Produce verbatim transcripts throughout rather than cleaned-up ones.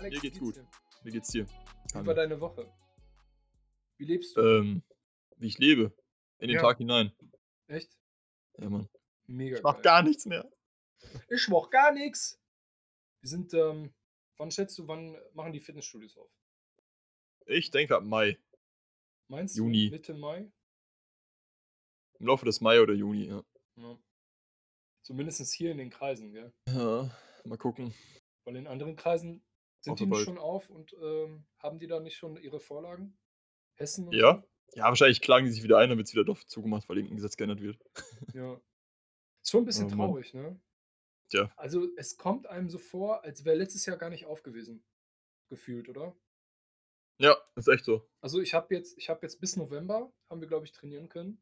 Mir Alex, wie geht's geht's gut. dir? Wie geht's dir, Wie war Daniel? deine Woche? Wie lebst du? Ähm, wie ich lebe, in den Ja, Tag hinein. echt? Ja, Mann. Mega Ich mache geil. gar nichts mehr. Ich mach gar nix. Wir sind, ähm wann schätzt du, wann machen die Fitnessstudios auf? Ich denke ab Mai, Meinst du Juni. Mitte Mai? Im Laufe des Mai oder Juni, ja. Ja. Zumindest hier in den Kreisen, gell? Ja, mal gucken. Weil in anderen Kreisen sind die Hoffe nicht bald. schon auf und, ähm, haben die da nicht schon ihre Vorlagen? Hessen und Ja? so? Ja, wahrscheinlich klagen die sich wieder ein, dann wird's wieder doch zugemacht, weil irgend 'n Gesetz geändert wird. Ja. Ist schon 'n bisschen Oh Mann. traurig, ne? Tja. Also, es kommt einem so vor, als wäre letztes Jahr gar nicht auf gewesen, gefühlt, oder? Ja, ist echt so. Also, ich habe jetzt ich habe jetzt bis November haben wir, glaube ich, trainieren können.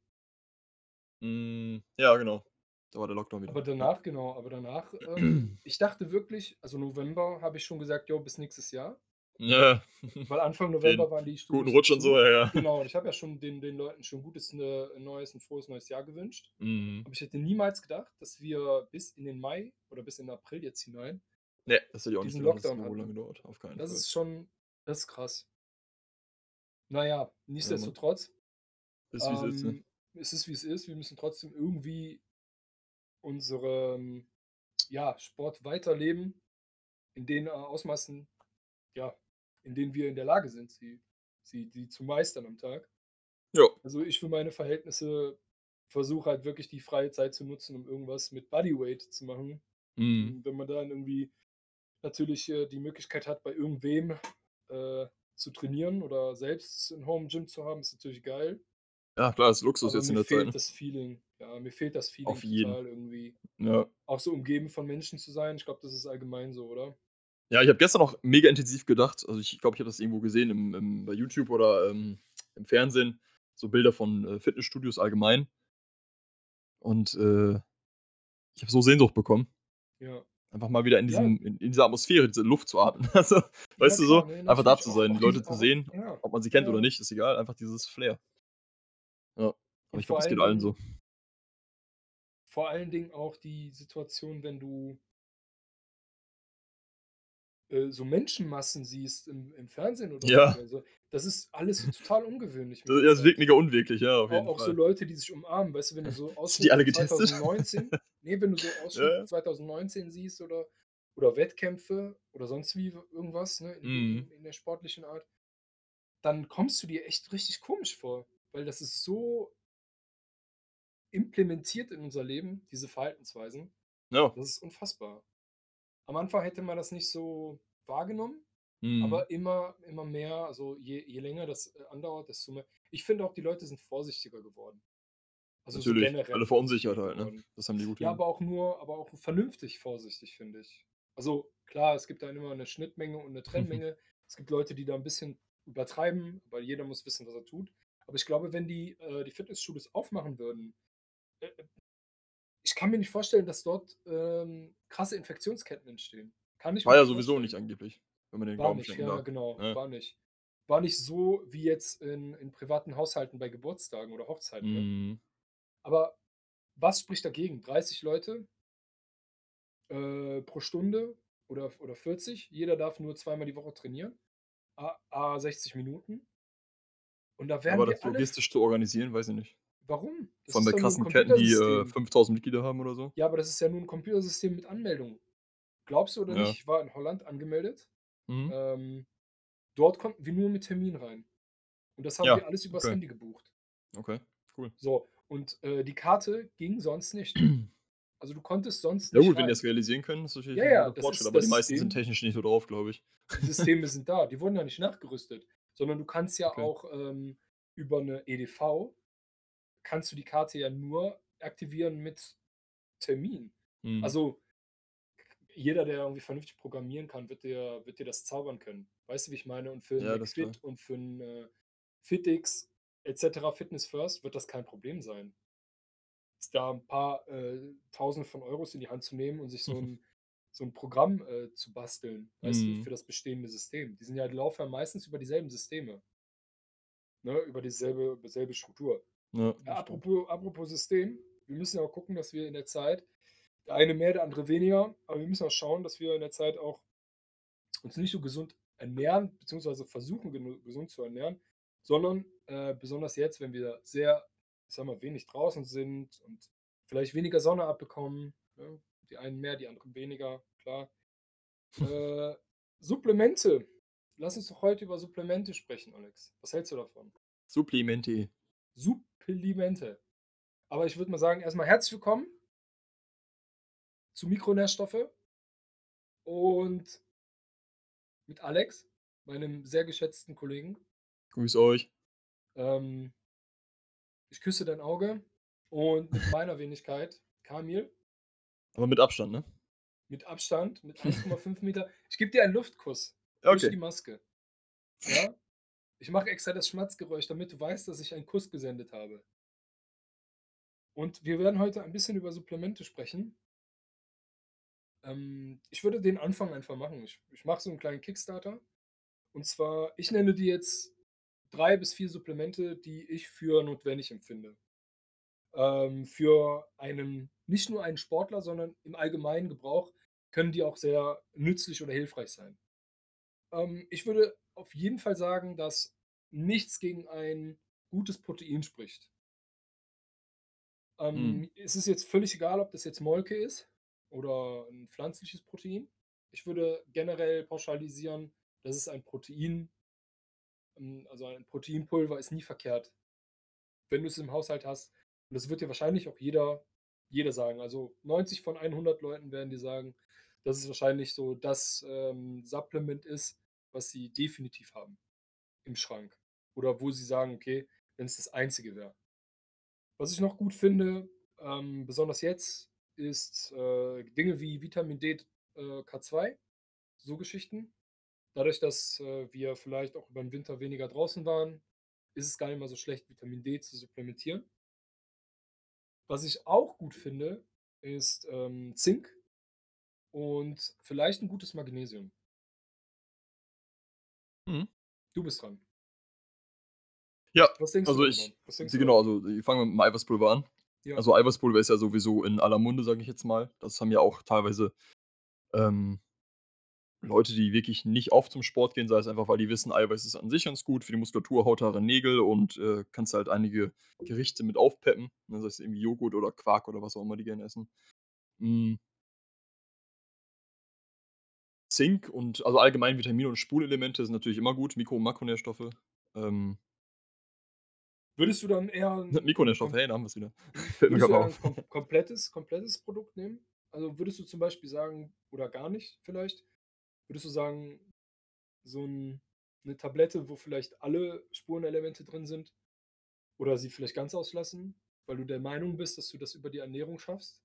Hm, ja, genau. Da war der Lockdown wieder. Aber Ja. danach genau, aber danach, ähm ich dachte wirklich also, November habe ich schon gesagt: „Jo, bis nächstes Jahr.“ Ja, Weil Anfang den November waren die guten Studios ja Rutsch und so, zu. ja, ja. Genau, und ich habe ja schon den den Leuten schon gutes, ne neues 'n frohes neues Jahr gewünscht. Mhm. Aber ich hätte niemals gedacht, dass wir bis in den Mai oder bis in den April jetzt hinein Ne, das hätte ich auch nicht diesen gedacht, dass es Lockdown so lange hatten. dauert. Auf keinen Das Fall. ist schon das ist krass. Na ja, Ja, Mann. nichtsdestotrotz, Ist, wie's ist, ne? ähm, es ist, wie's ist. Wir müssen trotzdem irgendwie unseren, ja, Sport weiterleben in den, äh, Ausmaßen, ja, in denen wir in der Lage sind, sie sie die zu meistern am Tag. Ja. Also, ich für meine Verhältnisse versuche halt wirklich die freie Zeit zu nutzen, um irgendwas mit Bodyweight zu machen. Mhm. Hm, wenn man dann irgendwie natürlich, äh, die Möglichkeit hat, bei irgendwem, äh, zu trainieren oder selbst 'n Home Gym zu haben, ist natürlich geil. Ja, klar, ist Luxus Aber jetzt in mir der Zeit, fehlt ne? das Feeling. Ja, mir fehlt das Feeling Auf jeden. total irgendwie, Ja. auch so umgeben von Menschen zu sein. Ich glaube, das ist allgemein so, oder? Ja, ich habe gestern noch mega intensiv gedacht also, ich glaube, ich habe das irgendwo gesehen im im bei YouTube oder, ähm, im Fernsehen, so Bilder von, äh, Fitnessstudios allgemein. Und, äh, ich habe so Sehnsucht bekommen. Ja. Einfach mal wieder in Ja. diesem in in dieser Atmosphäre, diese Luft zu atmen. Also, Ja, weißt du klar, so? ne, Einfach da natürlich zu auch sein, auch die Leute diese zu auch sehen, ja, ob man sie kennt oder ja. nicht, ist egal, einfach dieses Flair. Ja, aber Und ich glaube, vor das geht allen allen so. Dingen vor allen Dingen auch die Situation, wenn du äh, so Menschenmassen siehst im im Fernsehen oder so, Ja. also, das ist alles so total ungewöhnlich mit D der ja, es wirkt Zeit. mega unwirklich, ja, auf Au jeden auch so Fall. Leute, die sich umarmen, weißt du, wenn du so Sind die Ausschnitte alle getestet? zweitausendneunzehn ne, wenn du so Ja, Ausschnitte ja. zweitausendneunzehn siehst oder oder Wettkämpfe oder sonst wie w irgendwas, ne, in Mhm. in in der sportlichen Art, dann kommst du dir echt richtig komisch vor, weil das ist so implementiert in unser Leben, diese Verhaltensweisen. Ja. Das ist unfassbar. Am Anfang hätte man das nicht so wahrgenommen, Mhm. aber immer immer mehr, also, je je länger das, äh, andauert, desto mehr ich finde auch, die Leute sind vorsichtiger geworden. Also, so Natürlich, generell alle verunsichert vorsichtiger halt, ne? geworden. Das haben die gut Ja, hin aber auch nur aber auch vernünftig vorsichtig, finde ich. Also, klar, es gibt da immer 'ne Schnittmenge und 'ne Trennmenge. Es gibt Leute, die da 'n bisschen übertreiben, weil jeder muss wissen, was er tut. Aber ich glaube, wenn die, äh, die Fitnessstudios aufmachen würden, äh, äh ich kann mir nicht vorstellen, dass dort, ähm, krasse Infektionsketten entstehen. Kann ich mir War ja nicht sowieso nicht vorstellen. angeblich, wenn man den War Glauben nicht, schenken ja, darf, genau, ne? war nicht. War nicht so wie jetzt in in privaten Haushalten bei Geburtstagen oder Hochzeiten, ne? Mhm. Aber was spricht dagegen? dreißig Leute äh, pro Stunde oder f oder vierzig. Jeder darf nur zweimal die Woche trainieren, a à sechzig Minuten. Und da Aber werden das wir alle f logistisch zu organisieren, weiß ich nicht. Warum? Das Vor allem ist bei doch nur 'n krassen Ketten, die, äh, Computersystem. fünftausend Mitglieder haben oder so. Ja, aber das ist ja nur 'n Computersystem mit Anmeldung. Glaubst du oder nicht, Ja. ich war in Holland angemeldet. Mhm. Ähm, dort konnten wir nur mit Termin rein. Und das haben Ja, wir alles übers okay. Handy gebucht. Okay, cool. So, und, äh, die Karte ging sonst nicht. Also, du konntest sonst Ja nicht gut, wenn die das rein. realisieren können, ist natürlich Ja, 'n ja, guter das Fortschritt, ist aber das die meisten sind System technisch nicht so drauf, glaube ich. die Systeme sind da, die wurden ja nicht nachgerüstet, sondern du kannst ja Okay. auch, ähm, über 'ne EDV kannst du die Karte ja nur aktivieren mit Termin. Mhm. Also, jeder, der irgendwie vernünftig programmieren kann, wird dir wird dir das zaubern können. Weißt du, wie ich meine? Und für 'n Ja, das ist klar. McFit und für 'n, äh, FitX et cetera, Fitness First wird das kein Problem sein. Jetzt da 'n paar, äh, Tausende von Euros in die Hand zu nehmen und sich so 'n so 'n Programm, äh, zu basteln, weißt du, Mhm. für das bestehende System. Die sind ja die laufen ja meistens über dieselben Systeme. Ne, über dieselbe selbe Struktur. Ja, Ja, das stimmt. apropos apropos System, wir müssen ja auch gucken, dass wir in der Zeit der eine mehr, der andere weniger, aber wir müssen auch schauen, dass wir in der Zeit auch uns nicht so gesund ernähren, beziehungsweise versuchen, genu gesund zu ernähren, sondern, äh, besonders jetzt, wenn wir sehr, ich sage mal, wenig draußen sind und vielleicht weniger Sonne abbekommen, ne? Die einen mehr, die anderen weniger, klar. Äh, Supplemente. Lass uns doch heute über Supplemente sprechen, Alex. Was hältst du davon? Supplemente. Supplemente. Aber ich würde mal sagen, erstmal herzlich willkommen zu Mikronährstoffe und mit Alex, meinem sehr geschätzten Kollegen. Grüß euch. Ähm, Ich küsse dein Auge und mit meiner Wenigkeit, Kamil, Aber mit Abstand, ne? mit Abstand, mit eins Komma fünf Meter. Ich gebe dir einen Luftkuss durch Okay. die Maske. Ja? Ich mache extra das Schmatzgeräusch, damit du weißt, dass ich einen Kuss gesendet habe. Und wir werden heute ein bisschen über Supplemente sprechen. Ähm, ich würde den Anfang einfach machen. Ich, ich mache so einen kleinen Kickstarter. Und zwar, ich nenne dir jetzt drei bis vier Supplemente, die ich für notwendig empfinde. Ähm, für einen, nicht nur einen Sportler, sondern im allgemeinen Gebrauch können die auch sehr nützlich oder hilfreich sein. Ähm, ich würde auf jeden Fall sagen, dass nichts gegen ein gutes Protein spricht. Mhm. Ähm, es ist jetzt völlig egal, ob das jetzt Molke ist oder ein pflanzliches Protein. Ich würde generell pauschalisieren, dass es ein Protein, ähm, also ein Proteinpulver ist nie verkehrt, wenn du es im Haushalt hast. Und das wird dir wahrscheinlich auch jeder, jeder sagen. Also neunzig von hundert Leuten werden dir sagen, dass es wahrscheinlich so das ähm, Supplement ist, was sie definitiv haben im Schrank. Oder wo sie sagen, okay, wenn es das einzige wäre. Was ich noch gut finde, ähm, besonders jetzt, ist äh, Dinge wie Vitamin D, äh, K zwei, so Geschichten. Dadurch, dass äh, wir vielleicht auch über den Winter weniger draußen waren, ist es gar nicht mal so schlecht, Vitamin D zu supplementieren. Was ich auch gut finde, ist ähm, Zink und vielleicht ein gutes Magnesium. Mhm. Du bist dran. Ja, Was denkst du also darüber? ich Was denkst die du genau, darüber? also ich fange mit dem Eiweißpulver an. Ja, Also Eiweißpulver ist ja sowieso in aller Munde, sage ich jetzt mal. Das haben ja auch teilweise, ähm, Leute, die wirklich nicht oft zum Sport gehen, sei es einfach, weil die wissen, Eiweiß ist an sich ganz gut für die Muskulatur, Haut, Haare, Nägel und, äh, kannst halt einige Gerichte mit aufpeppen, ne, sei es irgendwie Joghurt oder Quark oder was auch immer die gerne essen. Hm, Zink und also allgemein Vitamine und Spurenelemente sind natürlich immer gut, Mikro und Makronährstoffe. Ähm, würdest du dann eher 'n kom Mikronährstoffe, kom hey, da haben wir's wieder. hm, Fällt mir würdest grad du mal eher 'n auf. kom komplettes komplettes Produkt nehmen? Also, würdest du zum Beispiel sagen oder gar nicht vielleicht, würdest du sagen, so 'n 'ne Tablette, wo vielleicht alle Spurenelemente drin sind oder sie vielleicht ganz auslassen, weil du der Meinung bist, dass du das über die Ernährung schaffst?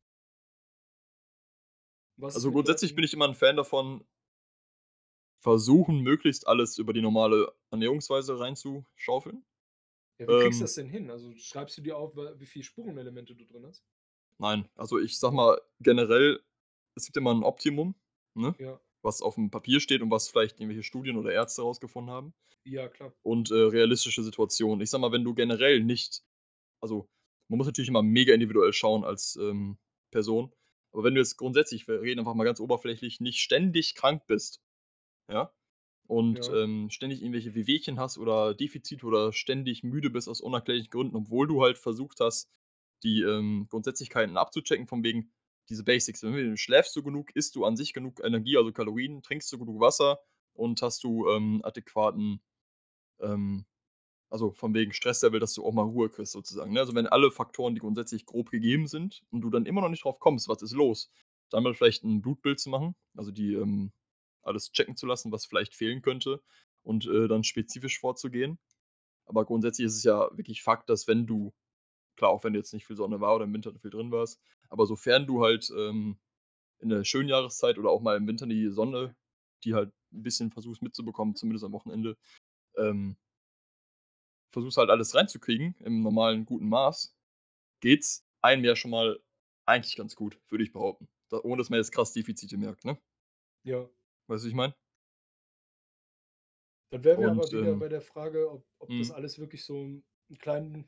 Was ist Also, mit grundsätzlich bin Leuten? ich immer 'n Fan davon, versuchen, möglichst alles über die normale Ernährungsweise reinzuschaufeln. Ja, wie kriegst du Ähm, das denn hin? Also, schreibst du dir auf, wa wie viel Spurenelemente du drin hast? nein, also, ich sage Ja, mal generell, es gibt immer 'n Optimum, ne, ja, was aufm Papier steht und was vielleicht irgendwelche Studien oder Ärzte rausgefunden haben ja, klar. und, äh, realistische Situationen. Ich sage mal, wenn du generell nicht also, man muss natürlich immer mega individuell schauen als, ähm, Person, aber wenn du jetzt grundsätzlich, wir reden einfach mal ganz oberflächlich, nicht ständig krank bist, ja, und, Ja, ähm, ständig irgendwelche Wehwehchen hast oder Defizite oder ständig müde bist aus unerklärlichen Gründen, obwohl du halt versucht hast, die, ähm, Grundsätzlichkeiten abzuchecken von wegen diese Basics. Ne? Schläfst du genug, isst du an sich genug Energie, also Kalorien, trinkst du genug Wasser und hast du, ähm, adäquaten, ähm also von wegen Stresslevel, dass du auch mal Ruhe kriegst sozusagen, ne? Also, wenn alle Faktoren, die grundsätzlich grob gegeben sind und du dann immer noch nicht drauf kommst, was ist los, dann mal vielleicht 'n Blutbild zu machen, also die, ähm alles checken zu lassen, was vielleicht fehlen könnte und, äh, dann spezifisch vorzugehen. Aber grundsätzlich ist es ja wirklich Fakt, dass wenn du klar, auch wenn jetzt nicht viel Sonne war oder im Winter viel drin warst, aber sofern du halt, ähm, in der schönen Jahreszeit oder auch mal im Winter die Sonne, die halt 'n bisschen versuchst mitzubekommen, zumindest am Wochenende, ähm versuchst halt alles reinzukriegen im normalen guten Maß, geht's einem ja schon mal eigentlich ganz gut, würde ich behaupten. Da ohne dass man jetzt krass Defizite merkt, ne? ja. Weißt du, wie ich meine? Dann wären wir aber Und, wieder ähm bei der Frage, ob ob das mhm. alles wirklich so 'n 'n kleinen,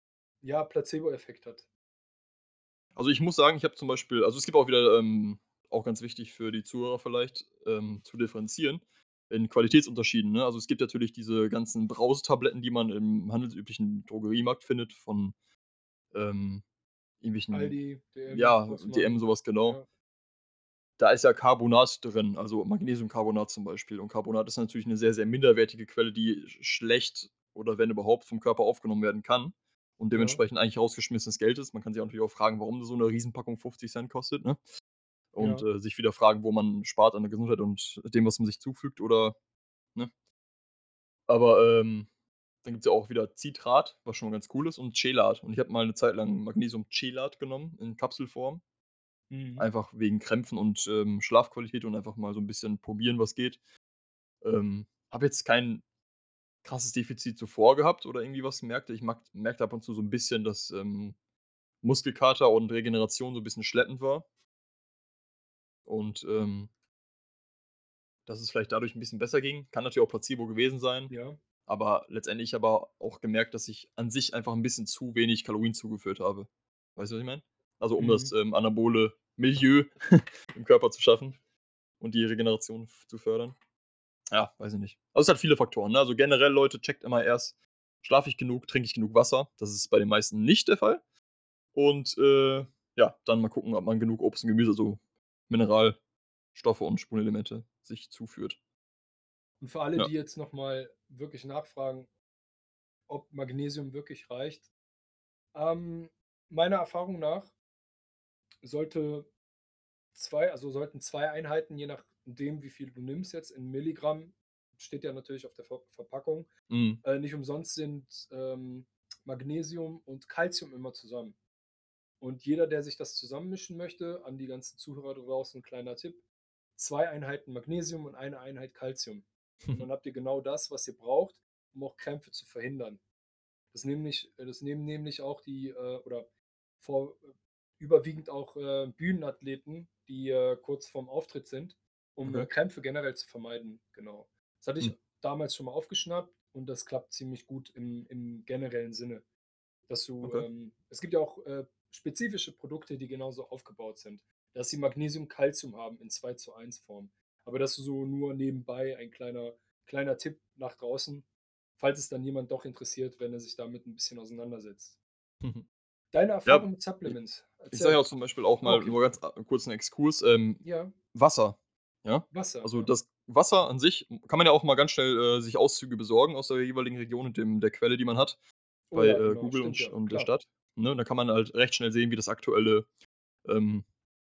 ja, Placeboeffekt hat. Also, ich muss sagen, ich habe zum Beispiel also, es gibt auch wieder, ähm, auch ganz wichtig für die Zuhörer vielleicht, ähm, zu differenzieren in Qualitätsunterschieden, ne? Also, es gibt natürlich diese ganzen Brausetabletten, die man im handelsüblichen Drogeriemarkt findet von, ähm, irgendwelchen Aldi, DM, ja, D M, Rossmann, so was, genau. ja. Da ist ja Carbonat drin, also Magnesiumcarbonat zum Beispiel. Und Carbonat ist natürlich 'ne sehr, sehr minderwertige Quelle, die sch schlecht oder wenn überhaupt vom Körper aufgenommen werden kann und Ja. dementsprechend eigentlich rausgeschmissenes Geld ist. Man kann sich natürlich auch fragen, warum so 'ne Riesenpackung fünfzig Cent kostet, ne? Und, Ja. äh, sich wieder fragen, wo man spart an der Gesundheit und dem, was man sich zufügt oder ne? Aber, ähm, dann gibt's ja auch wieder Citrat, was schon mal ganz cool ist und Chelat. Und ich habe mal 'ne Zeit lang Magnesium-Chelat genommen in Kapselform. Mhm. Einfach wegen Krämpfen und, ähm, Schlafqualität und einfach mal so 'n bisschen probieren, was geht. Ähm, habe jetzt kein krasses Defizit zuvor gehabt oder irgendwie was gemerkt. Ich mag merkte ab und zu so 'n bisschen, dass, ähm, Muskelkater und Regeneration so 'n bisschen schleppend war. Und, ähm dass es vielleicht dadurch 'n bisschen besser ging. Kann natürlich auch Placebo gewesen sein, Ja. aber letztendlich aber auch gemerkt, dass ich an sich einfach 'n bisschen zu wenig Kalorien zugeführt habe. Weißt du, was ich meine? Also, um das, Mhm. ähm, anabole Milieu im Körper zu schaffen und die Regeneration f zu fördern. Ja, weiß ich nicht. Also, es hat viele Faktoren, ne? Also, generell, Leute, checkt immer erst: Schlafe ich genug? Trinke ich genug Wasser? Das ist bei den meisten nicht der Fall. Und, äh, ja, dann mal gucken, ob man genug Obst und Gemüse, so Mineralstoffe und Spurenelemente sich zuführt. Und für alle, Ja. die jetzt noch mal wirklich nachfragen ob Magnesium wirklich reicht. Ähm, meiner Erfahrung nach sollte zwei also, sollten zwei Einheiten, je nachdem, wie viel du nimmst jetzt in Milligramm, steht ja natürlich auf der Ver Verpackung. Mhm. Äh, nicht umsonst sind, ähm, Magnesium und Calcium immer zusammen. Und jeder, der sich das zusammenmischen möchte an die ganzen Zuhörer da draußen, kleiner Tipp: zwei Einheiten Magnesium und eine Einheit Calcium. Und dann habt ihr genau das, was ihr braucht, um auch Krämpfe zu verhindern. Das nämlich äh, das nehmen nämlich auch die, äh oder vor überwiegend auch, äh, Bühnenathleten, die, äh, kurz vorm Auftritt sind, um, äh, Okay. Krämpfe generell zu vermeiden, genau. Das hatte Hm. ich damals schon mal aufgeschnappt und das klappt ziemlich gut im im generellen Sinne, dass du, Okay. ähm es gibt ja auch, äh, spezifische Produkte, die genauso aufgebaut sind, dass sie Magnesium, Calcium haben in zwei zu eins Form. Aber das so nur nebenbei ein kleiner kleiner Tipp nach draußen, falls es dann jemand doch interessiert, wenn er sich damit 'n bisschen auseinandersetzt. Deine Ja, Erfahrung mit i Supplements, ich sage ja erzähl. zum Beispiel auch Ah, mal okay. nur ganz a kurzen Exkurs, ähm, Ja. Wasser, ja? Wasser, Also, ja. das Wasser an sich kann man ja auch mal ganz schnell, äh, sich Auszüge besorgen aus der jeweiligen Region und dem der Quelle, die man hat Oh bei, ja, äh, genau, Google und stimmt Sch ja, und der klar. Stadt, ne? Da kann man halt recht schnell sehen, wie das aktuelle, ähm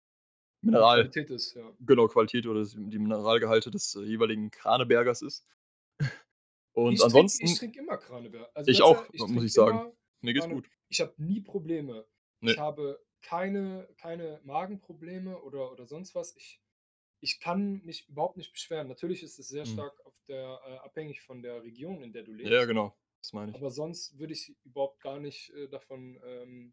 Die Mineral Qualität ist, ja. genau, Qualität oder das die Mineralgehalte des jeweiligen Kranebergers ist. Und Ich trinke ich ansonsten trinke immer Kraneberg. Also, Ich ganz auch, ehrlich, ich muss trinke ich sagen. immer Mir geht's Krane gut. ich habe nie Probleme. Ich Ne. habe keine keine Magenprobleme oder oder sonst was. Ich ich kann mich überhaupt nicht beschweren. Natürlich ist es sehr Mhm. stark auf der äh, abhängig von der Region, in der du Ja, lebst. genau. Das meine ich. Aber sonst würde ich überhaupt gar nicht, äh, davon, ähm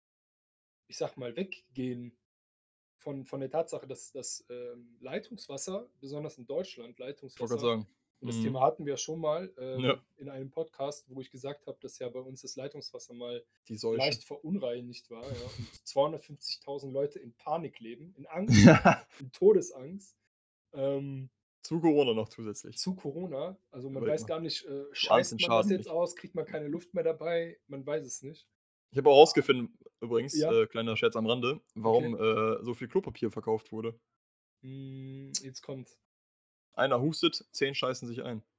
ich sage mal, weggehen von von der Tatsache, dass dass, ähm, Leitungswasser, besonders in Deutschland, Ich wollte grad Leitungswasser sagen. und das Mhm. Thema hatten wir ja schon mal, Ja. ähm, in einem Podcast, wo ich gesagt habe, dass ja bei uns das Leitungswasser mal Die Seuche. leicht verunreinigt war, ja, und zweihundertfünfzigtausend Leute in Panik leben, in Angst, Ja. in Todesangst. Ähm Zu Corona noch zusätzlich. zu Corona. Also, man Überleg weiß mal. gar nicht, äh, Du ahnst scheißt den man das Schaden jetzt nicht. aus? Kriegt man keine Luft mehr dabei? Man weiß es nicht. Ich habe auch rausgefunden übrigens, Ja. äh, kleiner Scherz am Rande, Okay. warum, äh, so viel Klopapier verkauft wurde. Hm, jetzt kommt's. Einer hustet, zehn scheißen sich ein.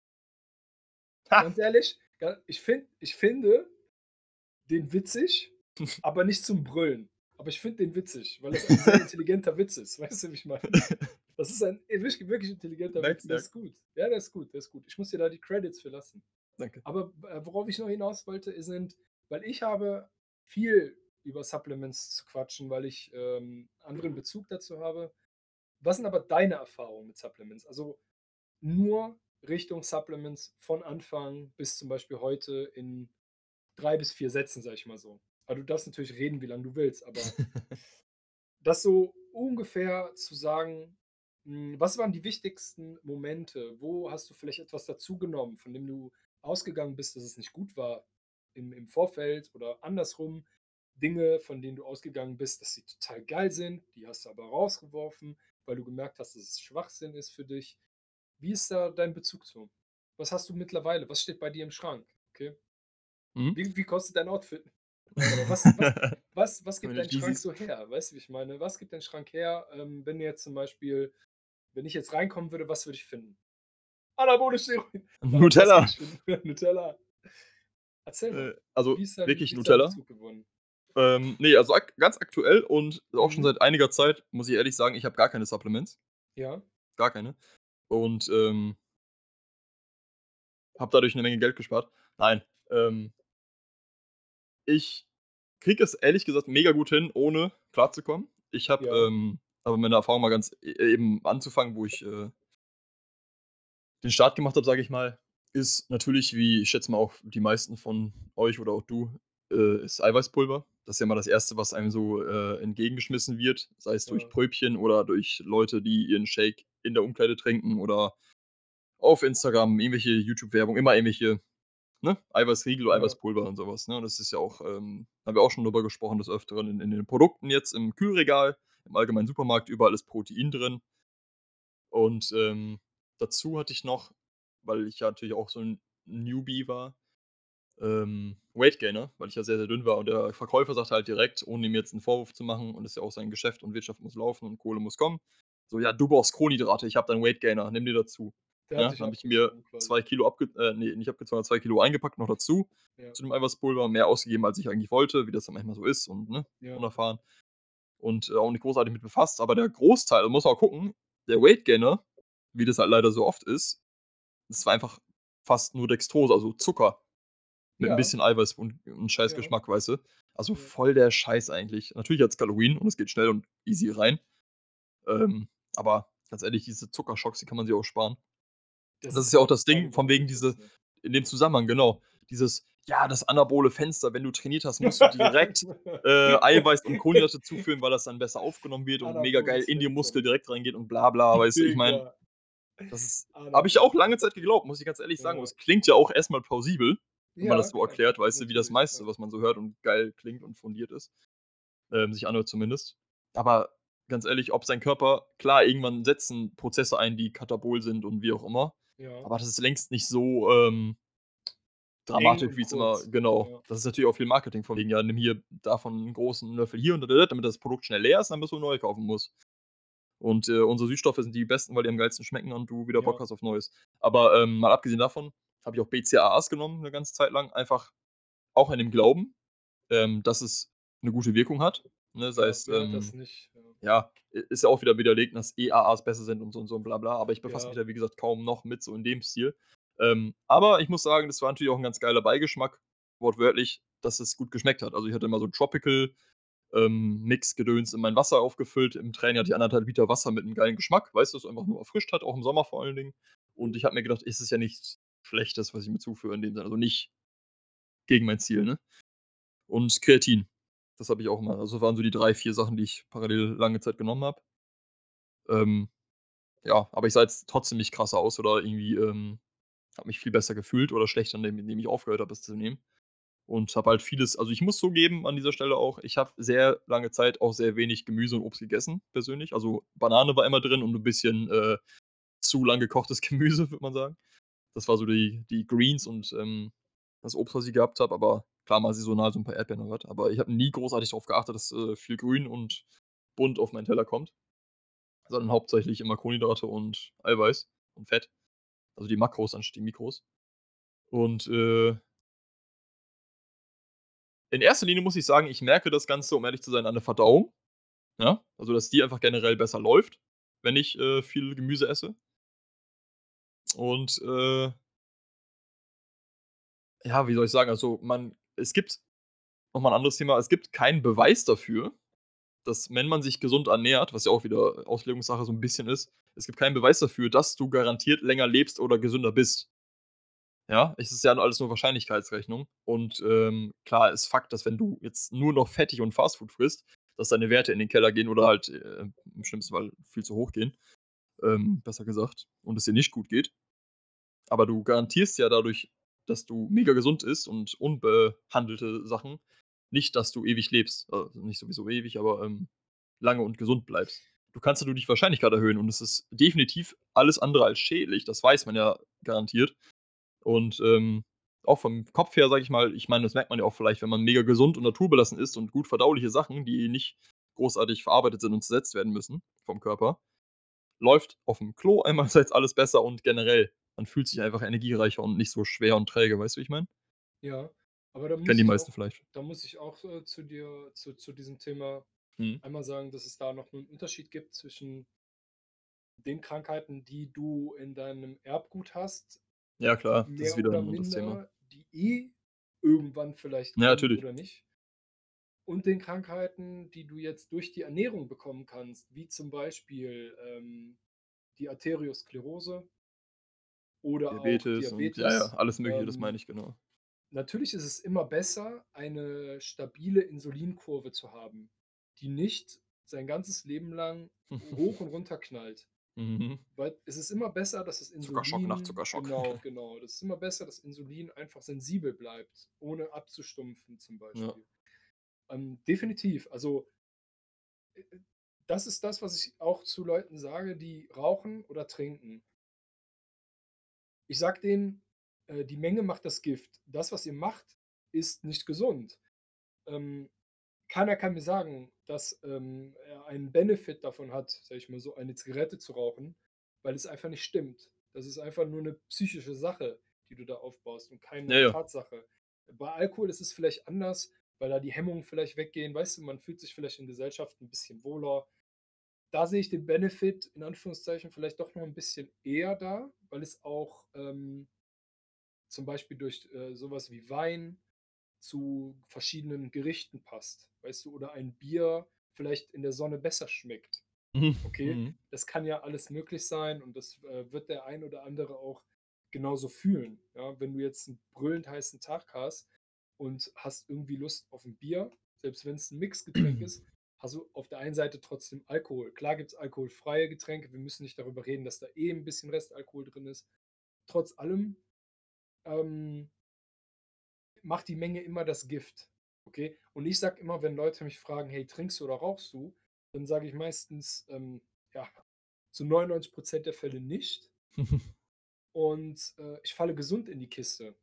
Ha! Ganz ehrlich, ga ich finde ich finde den witzig, aber nicht zum Brüllen. Aber ich finde den witzig, weil das ein sehr intelligenter Witz ist. Weißt du, wie ich meine? Das ist ein wirklich wirklich intelligenter Merke, Witz. Der merke. ist gut. Ja, der ist gut, der ist gut. Ich muss dir da die Credits für lassen. Danke. Aber, äh, worauf ich noch hinaus wollte, sind weil ich habe viel über Supplements zu quatschen, weil ich, ähm, anderen Bezug dazu habe. Was sind aber deine Erfahrungen mit Supplements? Also, nur Richtung Supplements von Anfang bis zum Beispiel heute in drei bis vier Sätzen, sage ich mal so. Aber du darfst natürlich reden, wie lang du willst, aber das so ungefähr zu sagen, hm, was waren die wichtigsten Momente? Wo hast du vielleicht etwas dazugenommen, von dem du ausgegangen bist, dass es nicht gut war im im Vorfeld oder andersrum? Dinge, von denen du ausgegangen bist, dass sie total geil sind, die hast du aber rausgeworfen, weil du gemerkt hast, dass es Schwachsinn ist für dich. Wie ist da dein Bezug zu? Was hast du mittlerweile? Was steht bei dir im Schrank? Okay. Mhm. Wie wie kostet dein Outfit? Oder was was was was gibt Meine dein Schrank Yeezys. so her? Weißt du, wie ich meine? Was gibt dein Schrank her, ähm, wenn du jetzt zum Beispiel wenn ich jetzt reinkommen würde, was würde ich finden? Anabolische Steroide. Nein, was würde Nutella. ich finden? Nutella. Erzähl mal. Äh, also Wie ist dein wirklich wie ist dein Nutella. Bezug geworden? Ähm, ne, also ak ganz aktuell und auch schon Mhm. seit einiger Zeit, muss ich ehrlich sagen, ich habe gar keine Supplements, Ja, gar keine. Und, ähm, habe dadurch 'ne Menge Geld gespart. Nein, ähm, ich kriege es ehrlich gesagt mega gut hin, ohne klarzukommen. Ich habe, ja, ähm aber meine Erfahrung mal ganz e eben anzufangen, wo ich, äh, den Start gemacht habe, sage ich mal, ist natürlich, wie ich schätze mal auch die meisten von euch oder auch du, äh, ist Eiweißpulver. Das ist ja mal das Erste, was einem so, äh, entgegengeschmissen wird, sei es durch ja, Pröbchen oder durch Leute, die ihren Shake in der Umkleide trinken oder auf Instagram irgendwelche YouTube-Werbung, immer irgendwelche, ne, Eiweißriegel oder ja, Eiweißpulver und sowas, ne? Und das ist ja auch, ähm haben wir auch schon drüber gesprochen des Öfteren in in den Produkten jetzt im Kühlregal, im allgemeinen Supermarkt, überall ist Protein drin. Und, ähm, dazu hatte ich noch, weil ich ja natürlich auch so 'n Newbie war, ähm, Weight Gainer, weil ich ja sehr, sehr dünn war und der Verkäufer sagte halt direkt, ohne ihm jetzt 'n Vorwurf zu machen und ist ja auch sein Geschäft und Wirtschaft muss laufen und Kohle muss kommen. So: „Ja, du brauchst Kohlenhydrate, ich habe deinen Weight Gainer, nimm dir dazu.“ der hat Ja, dich dann habe ich mir abgezogen quasi. zwei Kilo abge äh, ne, nicht abgezogen, aber zwei Kilo eingepackt noch dazu, Ja, zu dem Eiweißpulver, mehr ausgegeben, als ich eigentlich wollte, wie das dann manchmal so ist und, ne, ja, unerfahren und, äh, auch nicht großartig mit befasst. Aber der Großteil, muss man auch gucken, der Weight Gainer, wie das halt leider so oft ist, das war einfach fast nur Dextrose, also Zucker mit 'n ja, bisschen Eiweiß und 'n scheiß ja, Geschmack, weißt du? Also, ja. voll der Scheiß eigentlich. Natürlich hat's Kalorien und es geht schnell und easy rein, ähm, aber ganz ehrlich, diese Zuckerschocks, die kann man sich auch sparen. Das Das ist ist ja ja auch auch das total Ding von wegen überbewertet, diese ne? in dem Zusammenhang, genau, dieses: „Ja, das anabole Fenster, wenn du trainiert hast, musst du direkt, äh, Eiweiß und Kohlenhydrate zuführen, weil das dann besser aufgenommen wird und mega geil Anaboles in den Fenster. Muskel direkt reingeht und bla bla“, weißt du? Ich meine, Digga, das ist habe ich auch anaboles lange Zeit Fenster. geglaubt, muss ich ganz ehrlich sagen. Und Ja. es klingt ja auch erst mal plausibel, wenn man das Ja, so klar, erklärt, weißt du, wie das natürlich, meiste, ja. was man so hört und geil klingt und fundiert ist, ähm, sich anhört zumindest. Aber ganz ehrlich, ob sein Körper klar, irgendwann setzen Prozesse ein, die katabol sind und wie auch immer, Ja. aber das ist längst nicht so, ähm, Eng dramatisch, und wie's immer kurz. genau. Ja, Das ist natürlich auch viel Marketing von wegen: „Ja, nimm hier davon 'n großen Löffel hier und damit das Produkt schnell leer ist, damit du neu kaufen musst.“ Und, äh, unsere Süßstoffe sind die besten, weil die am geilsten schmecken und du wieder Bock ja, hast auf Neues. Aber, ähm, mal abgesehen davon habe ich auch B C A As genommen 'ne ganze Zeit lang, einfach auch in dem Glauben, ähm, dass es 'ne gute Wirkung hat, ne? Sei ja. es, Wer hat das ähm nicht? Ja. ja, i ist ja auch wieder widerlegt, dass E A As besser sind und so und so und bla bla, aber ich befasse mich Ja, da, wie gesagt, kaum noch mit so in dem Stil. Ähm, aber ich muss sagen, das war natürlich auch 'n ganz geiler Beigeschmack, wortwörtlich, dass es gut geschmeckt hat. Also, ich hatte immer so Tropical, ähm, Mix-Gedöns in mein Wasser aufgefüllt. Im Training hatte ich anderthalb Liter Wasser mit 'nem geilen Geschmack, weißt du, das einfach nur erfrischt hat, auch im Sommer vor allen Dingen. Und ich habe mir gedacht: „Es ist ja nichts Schlechtes, was ich mir zuführe in dem Sinne, also nicht gegen mein Ziel“, ne? Und Kreatin, das habe ich auch immer. Also, waren so die drei, vier Sachen, die ich parallel lange Zeit genommen habe. Ähm, ja, aber ich sah jetzt trotzdem nicht krasser aus oder irgendwie, ähm habe mich viel besser gefühlt oder schlechter, indem indem ich aufgehört habe, es zu nehmen. Und habe halt vieles, also, ich muss zugeben an dieser Stelle auch, ich habe sehr lange Zeit auch sehr wenig Gemüse und Obst gegessen persönlich. Also, Banane war immer drin und 'n bisschen, äh, zu lang gekochtes Gemüse, würde man sagen. Das war so die die Greens und, ähm, das Obst, was ich gehabt habe, aber klar, mal saisonal so 'n paar Erdbeeren oder was. Aber ich habe nie großartig darauf geachtet, dass, äh, viel Grün und bunt auf meinen Teller kommt, sondern hauptsächlich immer Kohlenhydrate und Eiweiß und Fett, also die Makros anstatt die Mikros. Und, äh, in erster Linie muss ich sagen, ich merke das Ganze, um ehrlich zu sein, an der Verdauung, ja? Also, dass die einfach generell besser läuft, wenn ich, äh, viel Gemüse esse. Und, äh, ja, wie soll ich sagen, also, man es gibt noch mal 'n anderes Thema, es gibt keinen Beweis dafür, dass, wenn man sich gesund ernährt, was ja auch wieder Auslegungssache so 'n bisschen ist, es gibt keinen Beweis dafür, dass du garantiert länger lebst oder gesünder bist. Ja, es ist ja alles nur Wahrscheinlichkeitsrechnung und, ähm, klar ist Fakt, dass wenn du jetzt nur noch fettig und Fastfood frisst, dass deine Werte in den Keller gehen oder halt, äh, im schlimmsten Fall viel zu hoch gehen, ähm, besser gesagt, und es dir nicht gut geht. Aber du garantierst ja dadurch, dass du mega gesund isst und unbehandelte Sachen, nicht, dass du ewig lebst. Äh, nicht sowieso ewig, aber, ähm, lange und gesund bleibst. Du kannst dadurch die Wahrscheinlichkeit erhöhen und es ist definitiv alles andere als schädlich. Das weiß man ja garantiert. Und, ähm, auch vom Kopf her, sage ich mal, ich meine, das merkt man ja auch vielleicht, wenn man mega gesund und naturbelassen isst und gut verdauliche Sachen, die nicht großartig verarbeitet sind und zersetzt werden müssen vom Körper, läuft aufm Klo einerseits alles besser und generell, man fühlt sich einfach energiereicher und nicht so schwer und träge. Weißt du, wie ich meine? Ja, aber da Kennen muss die ich meisten auch vielleicht. da muss ich auch, äh, zu dir zu zu diesem Thema Mhm. einmal sagen, dass es da noch 'nen Unterschied gibt zwischen den Krankheiten, die du in deinem Erbgut hast, Ja klar, das ist mehr wieder oder 'n anderes Thema. minder, die eh irgendwann vielleicht Ja, kommen natürlich. oder nicht und den Krankheiten, die du jetzt durch die Ernährung bekommen kannst, wie zum Beispiel, ähm, die Arteriosklerose oder auch Diabetes und ja, ja, Diabetes. alles Mögliche, das Ähm, meine ich, genau. natürlich ist es immer besser, eine stabile Insulinkurve zu haben, die nicht sein ganzes Leben lang hoch und runter knallt. Mhm. Weil es ist immer besser, dass das Zuckerschock nach Insulin Zuckerschock. genau, genau. Das ist immer besser, dass Insulin einfach sensibel bleibt, ohne abzustumpfen zum Ja. Beispiel. Ähm, definitiv. Also äh, äh, das ist das, was ich auch zu Leuten sage, die rauchen oder trinken. Ich sage denen, äh, die Menge macht das Gift. Das, was ihr macht, ist nicht gesund. Ähm, keiner kann mir sagen, dass, ähm, er einen Benefit davon hat, sage ich mal so, eine Zigarette zu rauchen, weil es einfach nicht stimmt. Das ist einfach nur 'ne psychische Sache, die du da aufbaust und Ja, keine ja. Tatsache. Bei Alkohol ist es vielleicht anders, weil da die Hemmungen vielleicht weggehen. Weißt du, man fühlt sich vielleicht in Gesellschaft 'n bisschen wohler. Da sehe ich den Benefit in Anführungszeichen vielleicht doch noch 'n bisschen eher da, weil es auch, ähm zum Beispiel durch, äh, so was wie Wein zu verschiedenen Gerichten passt, weißt du? Oder ein Bier vielleicht in der Sonne besser schmeckt. Mhm, Okay, mhm. das kann ja alles möglich sein und das, äh, wird der ein oder andere auch genauso fühlen, ja? Wenn du jetzt 'n brüllend heißen Tag hast und hast irgendwie Lust auf 'n Bier, selbst wenn's 'n Mixgetränk ist, hast du auf der einen Seite trotzdem Alkohol. Klar gibt's alkoholfreie Getränke, wir müssen nicht darüber reden, dass da eh 'n bisschen Restalkohol drin ist. Trotz allem, ähm macht die Menge immer das Gift, okay? Und ich sage immer, wenn Leute mich fragen: „Hey, trinkst du oder rauchst du?“ Dann sage ich meistens, ähm, ja, zu neunundneunzig Prozent der Fälle nicht. Und, äh, ich falle gesund in die Kiste.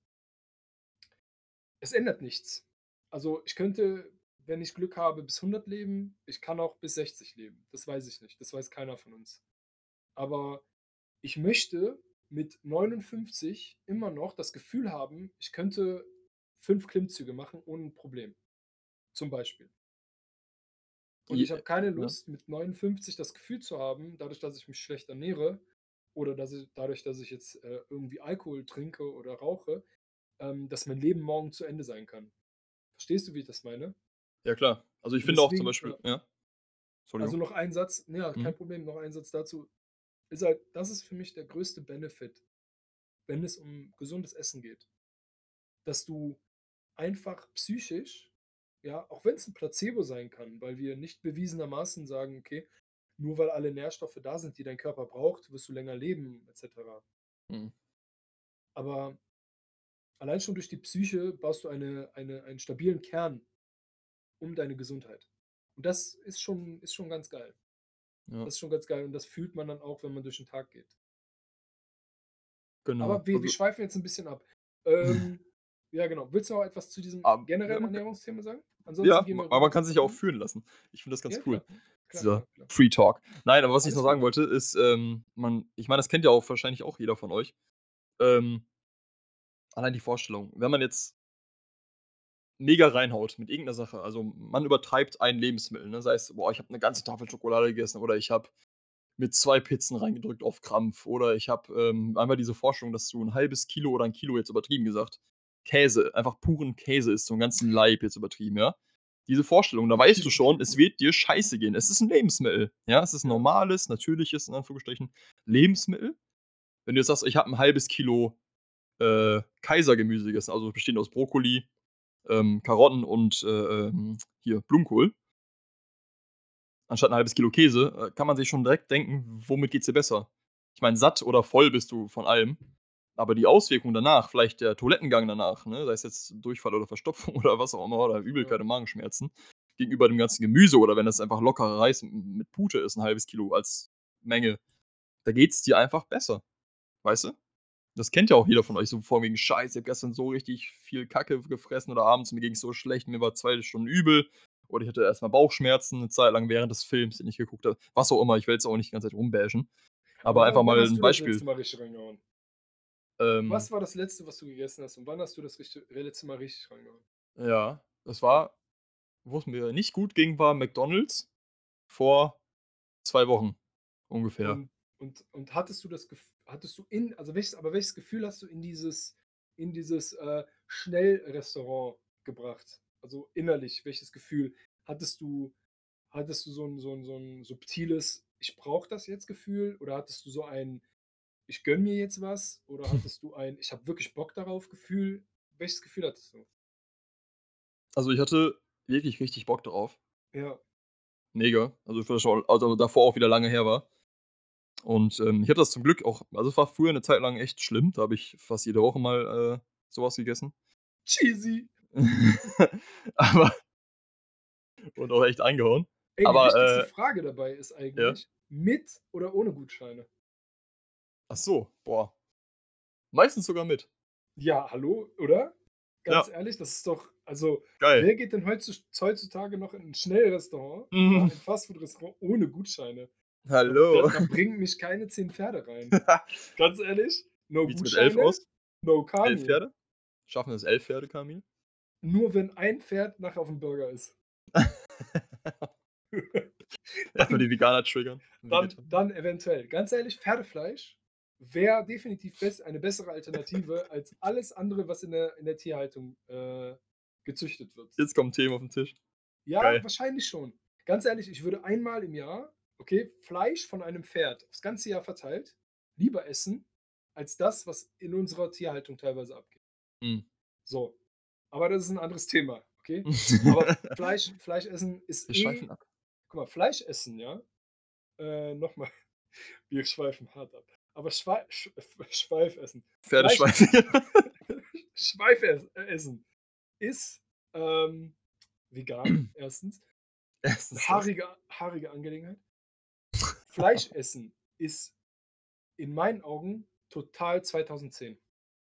Es ändert nichts. Also, ich könnte, wenn ich Glück habe, bis hundert leben. Ich kann auch bis sechzig leben. Das weiß ich nicht. Das weiß keiner von uns. Aber ich möchte mit neunundfünfzig immer noch das Gefühl haben, ich könnte fünf Klimmzüge machen ohne 'n Problem, zum Beispiel. Und I ich habe äh, keine ja. Lust, mit neunundfünfzig das Gefühl zu haben, dadurch, dass ich mich schlecht ernähre oder dass ich dadurch, dass ich jetzt, äh, irgendwie Alkohol trinke oder rauche, ähm, dass mein Leben morgen zu Ende sein kann. Verstehst du, wie ich das meine? Ja klar. Also, ich Und finde auch zum deswegen Beispiel ja. ja? Also, Entschuldigung. noch ein Satz ja, kein Mhm. Problem, noch ein Satz dazu. Ist halt das ist für mich der größte Benefit, wenn es um gesundes Essen geht. Dass du einfach psychisch ja, auch wenn's 'n Placebo sein kann, weil wir nicht bewiesenermaßen sagen: „Okay, nur weil alle Nährstoffe da sind, die dein Körper braucht, wirst du länger leben“, et cetera. Mhm. Aber allein schon durch die Psyche baust du eine eine einen stabilen Kern um deine Gesundheit. Und das ist schon ist schon ganz geil. Ja. Das ist schon ganz geil und das fühlt man dann auch, wenn man durch 'n Tag geht. Genau, Aber wir wir also schweifen jetzt 'n bisschen ab. Ähm, ja, genau. Willst du noch etwas zu diesem Ab ja, generellen man ka Ernährungsthema sagen? Ansonsten ja, gehen ma wir aber rüber man zu kann sich ja auch Supplements. führen lassen. Ich finde das ganz Ja, cool, klar. Klar, dieser klar, klar. Free Talk. Nein, aber was ich noch Alles sagen gut. wollte, ist, ähm, man ich meine, das kennt ja auch wahrscheinlich auch jeder von euch. Ähm allein die Vorstellung, wenn man jetzt mega reinhaut mit irgend 'ner Sache, also, man übertreibt ein Lebensmittel, ne? Sei es: „Boah, ich habe 'ne ganze Tafel Schokolade gegessen“ oder „ich habe mir zwei Pizzen reingedrückt auf Krampf“ oder „ich habe, ähm“ einmal diese Vorstellung, dass du 'n halbes Kilo oder 'n Kilo, jetzt übertrieben gesagt, Käse, einfach puren Käse isst, so 'n ganzen Laib, jetzt übertrieben, ja? Diese Vorstellung, da 'n weißt du Kilo schon, es Käse. wird dir scheiße gehen. Es ist 'n Lebensmittel, ja? Es ist 'n Ja. normales, natürliches, in Anführungsstrichen, Lebensmittel. Wenn du jetzt sagst: „Ich habe 'n halbes Kilo, äh, Kaisergemüse gegessen“, also, bestehend aus Brokkoli, ähm, Karotten und, äh, ähm, hier Blumenkohl anstatt 'n halbes Kilo Käse, äh, kann man sich schon direkt denken: „Womit geht's dir besser?“ Ich meine, satt oder voll bist du von allem. Aber die Auswirkungen danach, vielleicht der Toilettengang danach, ne, sei es jetzt Durchfall oder Verstopfung oder was auch immer oder Ja. Übelkeit und Magenschmerzen gegenüber dem ganzen Gemüse oder wenn das einfach lockerer Reis m mit Pute ist, 'n halbes Kilo als Menge, da geht's dir einfach besser, weißt du? Das kennt ja auch jeder von euch so von wegen: „Scheiße, ich habe gestern so richtig viel Kacke gefressen oder abends, mir ging's so schlecht, mir war zwei Stunden übel oder ich hatte erst mal Bauchschmerzen 'ne Zeit lang während des Films, den ich geguckt habe.“ Was auch immer, ich will jetzt auch nicht die ganze Zeit rumbashen, aber Aber einfach wann wann mal hast 'n du das letzte Beispiel. Mal richtig reingehauen? Ähm, Was war das Letzte, was du gegessen hast und wann hast du das richte letzte Mal richtig reingehauen? ja, das Ja. war wo's mir nicht gut ging, war McDonald's vor zwei Wochen ungefähr. Und und und hattest du das Gef hattest du in also welches aber welches Gefühl hast du in dieses in dieses, äh, Schnellrestaurant gebracht? Also innerlich, welches Gefühl? Hattest du hattest du so 'n so 'n so 'n subtiles: „Ich brauche das jetzt“ Gefühl oder hattest du so ein: „Ich gönne mir jetzt was“ oder hattest du ein: „Ich habe wirklich Bock darauf“ Gefühl? Welches Gefühl hattest du? Also, ich hatte wirklich richtig Bock drauf. Ja. Mega. Also, für schon also, davor auch wieder lange her war. Und, ähm, ich habe das zum Glück auch also, es war früher 'ne Zeit lang echt schlimm, da habe ich fast jede Woche mal, äh, so was gegessen. Cheesy. Aber und auch echt eingehauen. Ey, die Aber, wichtigste äh Frage dabei ist ja? eigentlich: Mit oder ohne Gutscheine? Ach so, boah. Meistens sogar mit. Ja, hallo, oder? Ganz Ja, ehrlich, das ist doch also, geil. wer geht denn heutzu heutzutage noch in 'n Schnellrestaurant, ja, Mhm. ein Fastfood-Restaurant ohne Gutscheine? Da da Hallo. da bringen mich keine zehn Pferde rein. Ganz ehrlich, no Wie sieht's mit elf Gutscheine, aus? no elf Carmil. Pferde? Schaffen es elf Pferde, Kamil? Nur wenn ein Pferd nachher auf'm Burger ist. Erst mal Dann die Veganer triggern, dann Vegetarier. dann eventuell. Ganz ehrlich, Pferdefleisch wäre definitiv bess eine bessere Alternative als alles andere, was in der in der Tierhaltung, äh, gezüchtet wird. Jetzt kommt 'n Thema auf'n Tisch. Ja, Geil. wahrscheinlich schon. Ganz ehrlich, ich würde einmal im Jahr, okay, Fleisch von einem Pferd aufs ganze Jahr verteilt, lieber essen, als das, was in unserer Tierhaltung teilweise abgeht. Mhm. So, aber das ist 'n anderes Thema, okay? Aber Fleisch Fleisch essen ist Wir eh schweifen ab. guck mal, Fleisch essen, ja, äh, noch mal, wir schweifen hart ab. Aber Schwei Sch Schweifessen, Fleisch Pferdeschweife. Schweifess äh, essen ist, ähm, vegan, erstens. 'Ne Erstens das. haarige haarige Angelegenheit. Fleisch essen ist in meinen Augen total zweitausendzehn.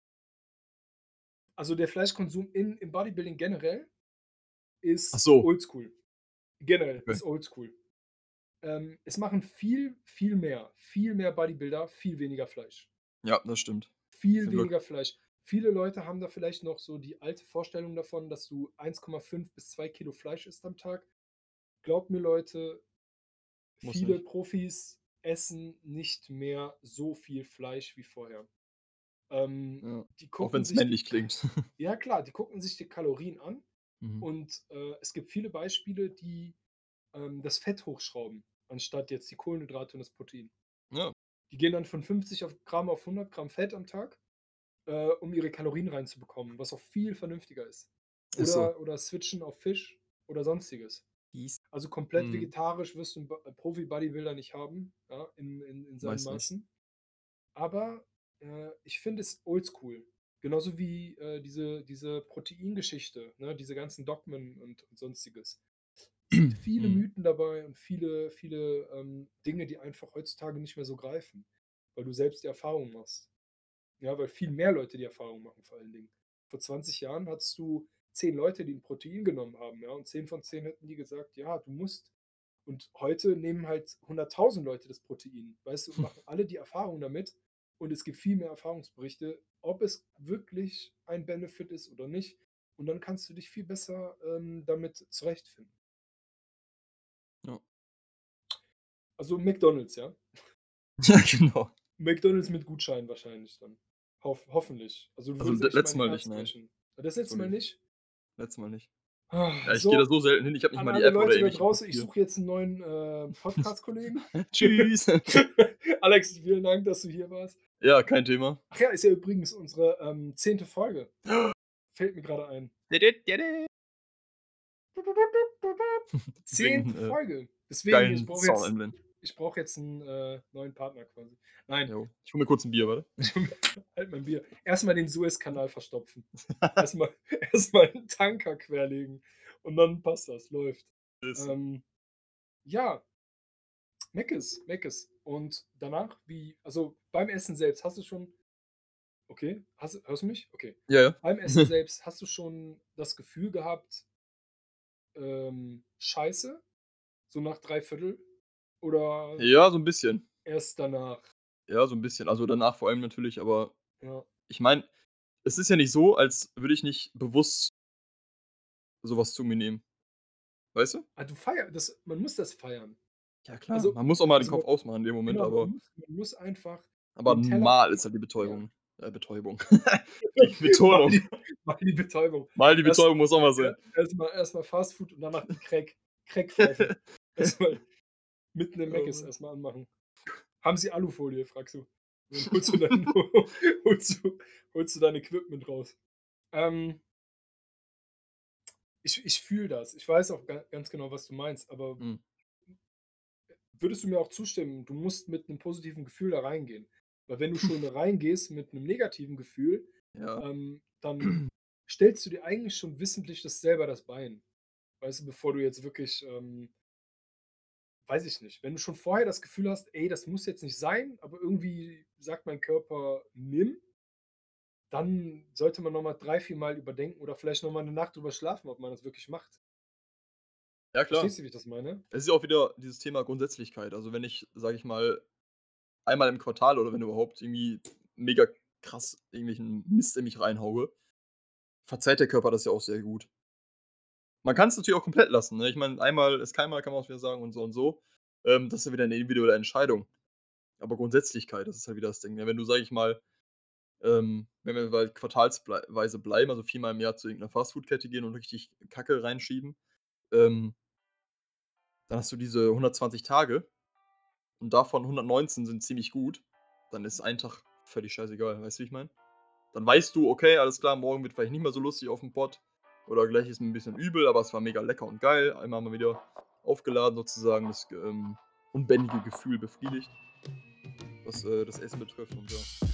Also, der Fleischkonsum in im Bodybuilding generell Ach ist so. oldschool. Generell Okay. ist oldschool. Ähm, es machen viel, viel mehr viel mehr Bodybuilder, viel weniger Fleisch. Ja, das stimmt. Viel Zum Glück. weniger Fleisch. Viele Leute haben da vielleicht noch so die alte Vorstellung davon, dass du eins Komma fünf bis zwei Kilo Fleisch isst am Tag. Glaubt mir, Leute, Muss viele nicht. Profis essen nicht mehr so viel Fleisch wie vorher. Ähm, Ja. die Auch gucken wenn's sich die männlich klingt. ja klar, die gucken sich die Kalorien an Mhm. und, äh, es gibt viele Beispiele, die, ähm, das Fett hochschrauben, anstatt jetzt die Kohlenhydrate und das Protein. Ja, Die gehen dann von fünfzig auf Gramm auf hundert Gramm Fett am Tag, äh, um ihre Kalorien reinzubekommen, was auch viel vernünftiger ist. ist so. Oder oder switchen auf Fisch oder Sonstiges. Hieß Also, komplett mhm. vegetarisch wirst du 'n Ba Profi-Bodybuilder nicht haben, ja, in in in seinen Meist nicht. Maßen. Aber, äh, ich finde es oldschool. Genauso wie, äh, diese diese Proteingeschichte, ne, diese ganzen Dogmen und und Sonstiges. Es sind viele Mhm. Mythen dabei und viele viele, ähm, Dinge, die einfach heutzutage nicht mehr so greifen, weil du selbst die Erfahrung machst. Ja, weil viel mehr Leute die Erfahrung machen vor allen Dingen. Vor zwanzig Jahren hattest du zehn Leute, die 'n Protein genommen haben, ja, und zehn von zehn hätten die gesagt: „Ja, du musst.“ Und heute nehmen halt hunderttausend Leute das Protein, weißt du, und machen alle die Erfahrung damit. Und es gibt viel mehr Erfahrungsberichte, ob es wirklich ein Benefit ist oder nicht. Und dann kannst du dich viel besser, ähm, damit zurechtfinden. Ja. Also McDonald's, ja? Ja, genau. McDonald's mit Gutschein wahrscheinlich dann. Hoff hoffentlich. Also, du Also, würdest d echt letztes mein Mal nicht, Herz nein. brechen. Das letzte Zum Mal Glück. nicht? Letztes Mal nicht. Ah, Ja, ich gehe da so, so selten hin, ich habe nicht an mal die alle App oder Leute da irgendwelche draußen, ich Papier. suche jetzt 'n neuen, äh, Podcast-Kollegen. Tschüss. Alex, vielen Dank, dass du hier warst. Ja, kein Thema. Ach ja, ist ja übrigens unsere, ähm, zehnte Folge. Fällt mir grade ein. zehnte Deswegen, äh, Folge. Deswegen, ich geilen brauche Sound jetzt einblenden. ich brauche jetzt 'n, äh, neuen Partner quasi. Nein, Jo. Ich hole mir kurz 'n Bier, warte. ich hole mir halt mein Bier. Erst mal den Suezkanal verstopfen. Erst mal erst mal 'n Tanker querlegen und dann passt das, läuft. Ist so. Ähm, ja, Mc's, Mc's. Und danach, wie also, beim Essen selbst hast du schon okay, hast hörst du mich? Okay. Ja, ja. Beim Essen selbst hast du schon das Gefühl gehabt, ähm, Scheiße, so nach drei Viertel oder Ja, so 'n bisschen. erst danach? Ja, so 'n bisschen. Also, danach vor allem natürlich, aber Ja. ich meine, es ist ja nicht so, als würde ich nicht bewusst so was zu mir nehmen, weißt du? Ah, du feier das man muss das feiern. Ja klar, Also man muss auch mal den also, Kopf ausmachen in dem Moment, genau, man aber muss man muss einfach aber den Teller mal ist feiern. halt die Ja. Betäubung äh, Betäubung. Die Mal Betonung. die mal die Betäubung. Mal die Erst Betäubung muss auch mal e sein. erst mal erst mal Fastfood und danach Crack Crackpfeife. Erst mal mitten im Oh Mc's Mann. erst mal anmachen. „Haben Sie Alufolie?“ fragst du. Und dann holst du dein holst du holst du dein Equipment raus. Ähm ich ich fühle das. Ich weiß auch ga ganz genau, was du meinst, aber Mhm. würdest du mir auch zustimmen, du musst mit 'nem positiven Gefühl da reingehen? Weil wenn du schon reingehst mit 'nem negativen Gefühl, Ja. ähm, dann stellst du dir eigentlich schon wissentlich das selber das Bein. Weißt du, bevor du jetzt wirklich, ähm weiß ich nicht, wenn du schon vorher das Gefühl hast: „Ey, das muss jetzt nicht sein, aber irgendwie sagt mein Körper: ‚Nimm‘“ dann sollte man noch mal drei, vier Mal überdenken oder vielleicht noch mal 'ne Nacht drüber schlafen, ob man das wirklich macht. Ja klar. Verstehst du, wie ich das meine? Es ist ja auch wieder dieses Thema Grundsätzlichkeit. Also, wenn ich, sage ich mal, einmal im Quartal oder wenn überhaupt irgendwie mega krass irgendwelchen Mist in mich reinhaue, verzeiht der Körper das ja auch sehr gut. Man kann's natürlich auch komplett lassen, ne? Ich meine, einmal ist keinmal, kann man auch wieder sagen und so und so. Ähm, das ist ja wieder 'ne individuelle Entscheidung. Aber Grundsätzlichkeit, das ist halt wieder das Ding, ne? Wenn du, sage ich mal ähm, wenn wir bei quartalsblei weise bleiben, also viermal im Jahr zu irgend 'ner Fastfood-Kette gehen und richtig Kacke reinschieben, ähm dann hast du diese hundertzwanzig Tage und davon hundertneunzehn sind ziemlich gut, dann ist ein Tag völlig scheißegal, weißt du, wie ich meine? Dann weißt du: „Okay, alles klar, morgen wird vielleicht nicht mehr so lustig aufm Pott oder gleich ist mir 'n bisschen übel, aber es war mega lecker und geil.“ Einmal mal wieder aufgeladen sozusagen, das, ähm, unbändige Gefühl befriedigt was, äh, das Essen betrifft und ja.